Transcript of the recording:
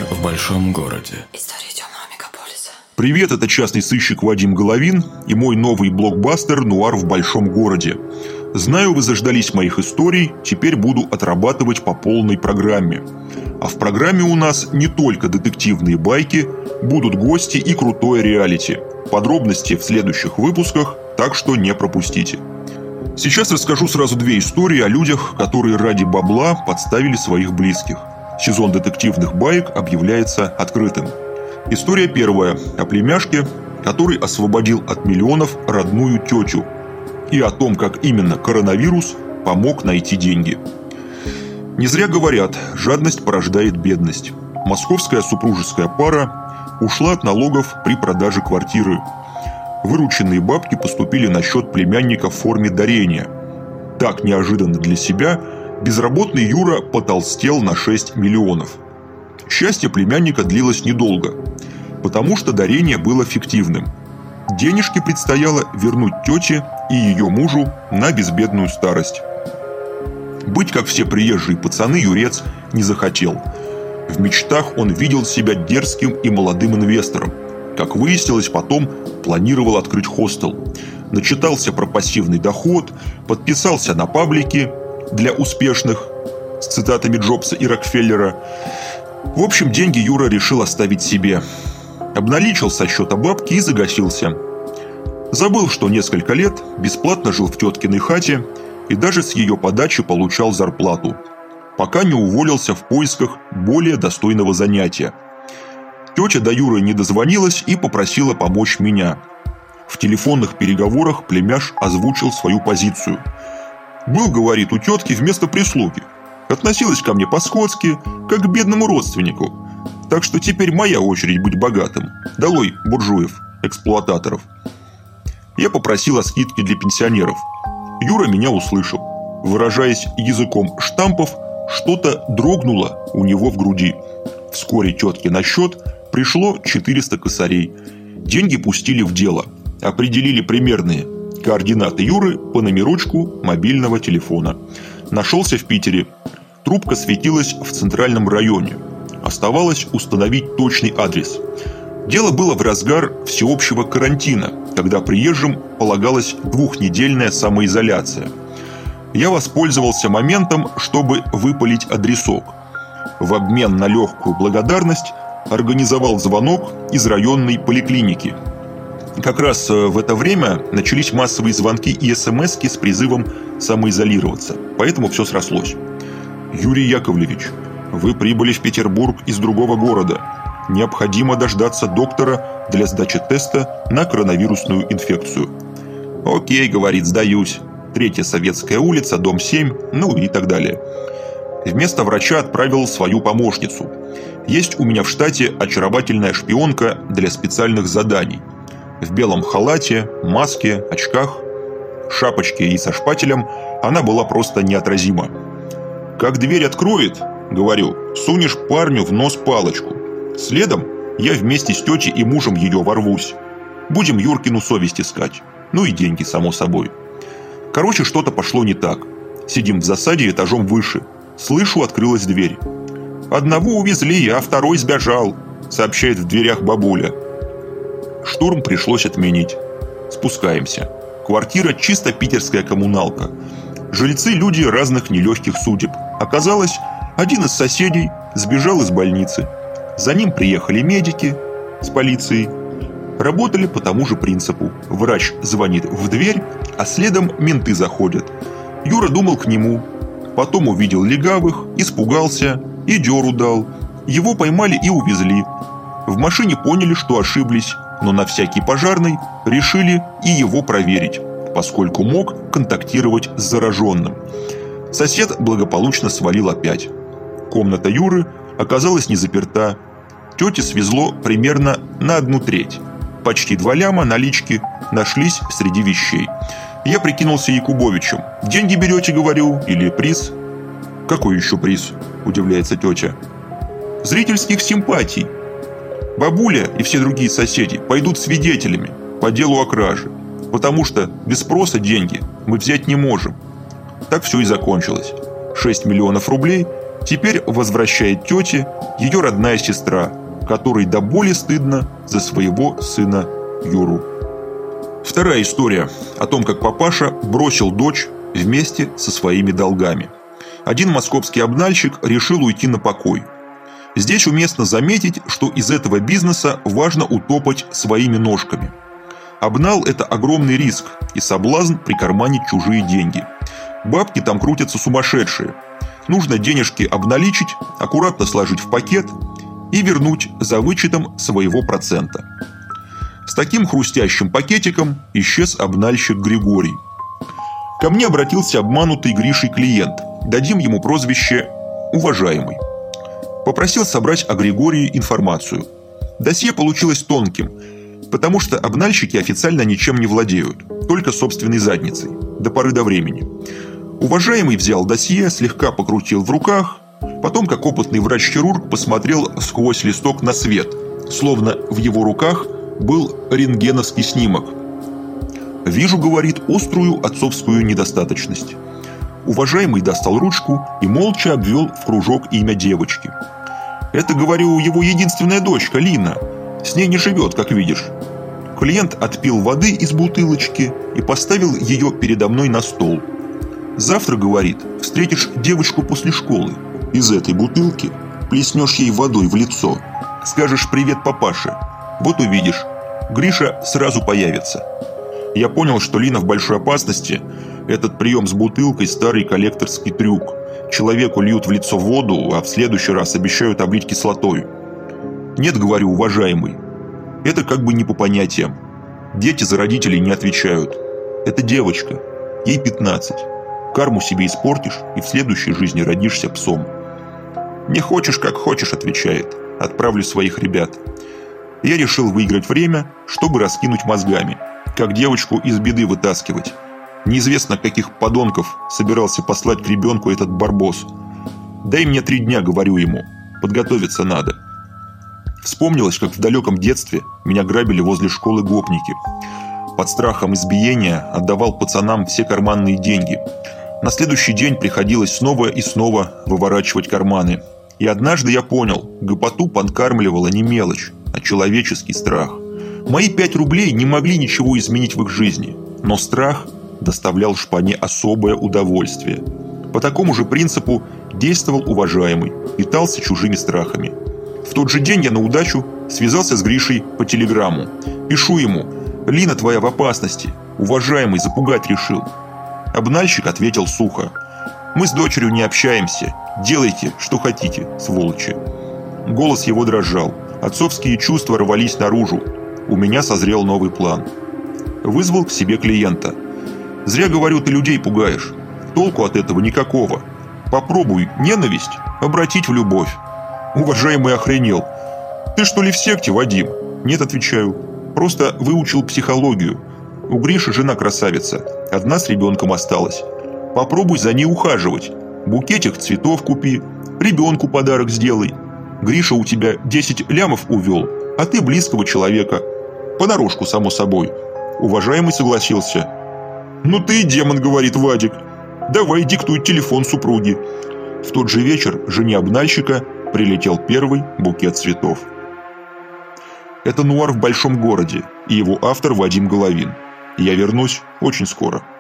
в большом городе. История темного мегаполиса. Привет, это частный сыщик Вадим Головин и мой новый блокбастер «Нуар в большом городе». Знаю, вы заждались моих историй, теперь буду отрабатывать по полной программе. А в программе у нас не только детективные байки, будут гости и крутое реалити. Подробности в следующих выпусках, так что не пропустите. Сейчас расскажу сразу две истории о людях, которые ради бабла подставили своих близких. Сезон детективных баек объявляется открытым. История первая о племяшке, который освободил от миллионов родную тетю, и о том, как именно коронавирус помог найти деньги. Не зря говорят, жадность порождает бедность. Московская супружеская пара ушла от налогов при продаже квартиры. Вырученные бабки поступили на счет племянника в форме дарения. Так неожиданно для себя безработный Юра потолстел на 6 миллионов. Счастье племянника длилось недолго, потому что дарение было фиктивным. Денежки предстояло вернуть тете и ее мужу на безбедную старость. Быть как все приезжие пацаны Юрец не захотел. В мечтах он видел себя дерзким и молодым инвестором. Как выяснилось потом, планировал открыть хостел. Начитался про пассивный доход, подписался на паблики для успешных с цитатами Джобса и Рокфеллера. В общем, деньги Юра решил оставить себе. Обналичил со счета бабки и загасился. Забыл, что несколько лет бесплатно жил в теткиной хате и даже с ее подачи получал зарплату, пока не уволился в поисках более достойного занятия. Тетя до Юры не дозвонилась и попросила помочь меня. В телефонных переговорах племяш озвучил свою позицию. Был, говорит, у тетки вместо прислуги. Относилась ко мне по-скотски, как к бедному родственнику. Так что теперь моя очередь быть богатым. Долой буржуев, эксплуататоров. Я попросил о скидке для пенсионеров. Юра меня услышал. Выражаясь языком штампов, что-то дрогнуло у него в груди. Вскоре тетке на счет пришло 400 косарей. Деньги пустили в дело. Определили примерные координаты Юры по номерочку мобильного телефона. Нашелся в Питере. Трубка светилась в центральном районе. Оставалось установить точный адрес. Дело было в разгар всеобщего карантина, когда приезжим полагалась двухнедельная самоизоляция. Я воспользовался моментом, чтобы выпалить адресок. В обмен на легкую благодарность организовал звонок из районной поликлиники. Как раз в это время начались массовые звонки и смски с призывом самоизолироваться, поэтому все срослось. «Юрий Яковлевич, вы прибыли в Петербург из другого города. Необходимо дождаться доктора для сдачи теста на коронавирусную инфекцию». «Окей, — говорит, — сдаюсь. 3-я Советская улица, дом 7, ну и так далее». Вместо врача отправил свою помощницу. Есть у меня в штате очаровательная шпионка для специальных заданий. В белом халате, маске, очках, шапочке и со шпателем она была просто неотразима. «Как дверь откроет, — говорю, — сунешь парню в нос палочку. Следом я вместе с тетей и мужем ее ворвусь. Будем Юркину совесть искать. Ну и деньги, само собой». Короче, что-то пошло не так. Сидим в засаде этажом выше. Слышу, открылась дверь. «Одного увезли, а второй сбежал», — сообщает в дверях бабуля. Штурм пришлось отменить. Спускаемся. Квартира чисто питерская коммуналка. Жильцы — люди разных нелегких судеб. Оказалось, один из соседей сбежал из больницы. За ним приехали медики с полицией. Работали по тому же принципу. Врач звонит в дверь, а следом менты заходят. Юра думал к нему. Потом увидел легавых, испугался и дёру дал. Его поймали и увезли. В машине поняли, что ошиблись, но на всякий пожарный решили и его проверить, поскольку мог контактировать с зараженным. Сосед благополучно свалил опять. Комната Юры оказалась не заперта. Тете свезло примерно на 1/3. Почти 2 ляма налички нашлись среди вещей. Я прикинулся Якубовичем. «Деньги берете, — говорю, — или приз?» «Какой еще приз?» — удивляется тетя. «Зрительских симпатий. Бабуля и все другие соседи пойдут свидетелями по делу о краже, потому что без спроса деньги мы взять не можем». Так все и закончилось. 6 миллионов рублей Теперь возвращает тете ее родная сестра, которой до боли стыдно за своего сына Юру. Вторая история о том, как папаша бросил дочь вместе со своими долгами. Один московский обнальщик решил уйти на покой. Здесь уместно заметить, что из этого бизнеса важно утопать своими ножками. Обнал – это огромный риск и соблазн прикарманить чужие деньги. Бабки там крутятся сумасшедшие. Нужно денежки обналичить, аккуратно сложить в пакет и вернуть за вычетом своего процента. С таким хрустящим пакетиком исчез обнальщик Григорий. Ко мне обратился обманутый Гришей клиент. Дадим ему прозвище «Уважаемый». Попросил собрать о Григории информацию. Досье получилось тонким, потому что обнальщики официально ничем не владеют, только собственной задницей, до поры до времени. Уважаемый взял досье, слегка покрутил в руках, потом, как опытный врач-хирург, посмотрел сквозь листок на свет, словно в его руках был рентгеновский снимок. «Вижу, — говорит, — острую отцовскую недостаточность». Уважаемый достал ручку и молча обвел в кружок имя девочки. «Это, говорю, его единственная дочка, Лина. С ней не живет, как видишь». Клиент отпил воды из бутылочки и поставил ее передо мной на стол. «Завтра, — говорит, — встретишь девочку после школы. Из этой бутылки плеснешь ей водой в лицо. Скажешь привет папаше. Вот увидишь, Гриша сразу появится». Я понял, что Лина в большой опасности. Этот прием с бутылкой – старый коллекторский трюк. Человеку льют в лицо воду, а в следующий раз обещают облить кислотой. «Нет, — говорю, — уважаемый, это как бы не по понятиям. Дети за родителей не отвечают. Это девочка, ей 15. Карму себе испортишь и в следующей жизни родишься псом». «Не хочешь, как хочешь, — отвечает, — отправлю своих ребят». Я решил выиграть время, чтобы раскинуть мозгами, как девочку из беды вытаскивать. Неизвестно, каких подонков собирался послать к ребенку этот барбос. «Дай мне 3 дня, — говорю ему, — подготовиться надо». Вспомнилось, как в далеком детстве меня грабили возле школы гопники. Под страхом избиения отдавал пацанам все карманные деньги. На следующий день приходилось снова и снова выворачивать карманы. И однажды я понял, гопоту подкармливала не мелочь, а человеческий страх. Мои 5 рублей не могли ничего изменить в их жизни, но страх доставлял шпане особое удовольствие. По такому же принципу действовал уважаемый, питался чужими страхами. В тот же день я на удачу связался с Гришей по телеграмму. Пишу ему: «Лина твоя в опасности, уважаемый запугать решил». Обнальщик ответил сухо: «Мы с дочерью не общаемся, делайте, что хотите, сволочи». Голос его дрожал, отцовские чувства рвались наружу. У меня созрел новый план. Вызвал к себе клиента. «Зря, говорю, ты людей пугаешь. Толку от этого никакого. Попробуй ненависть обратить в любовь». Уважаемый охренел. «Ты что ли в секте, Вадим?» «Нет, — отвечаю, — просто выучил психологию. У Гриши жена красавица, одна с ребенком осталась. Попробуй за ней ухаживать. Букетик цветов купи, ребенку подарок сделай. Гриша у тебя 10 лямов увел, а ты близкого человека. Понарошку, само собой». Уважаемый согласился. «Ну ты и демон, — говорит Вадик. Давай диктуй телефон супруги». В тот же вечер жене обнальщика прилетел первый букет цветов. Это нуар в большом городе, и его автор Вадим Головин. Я вернусь очень скоро.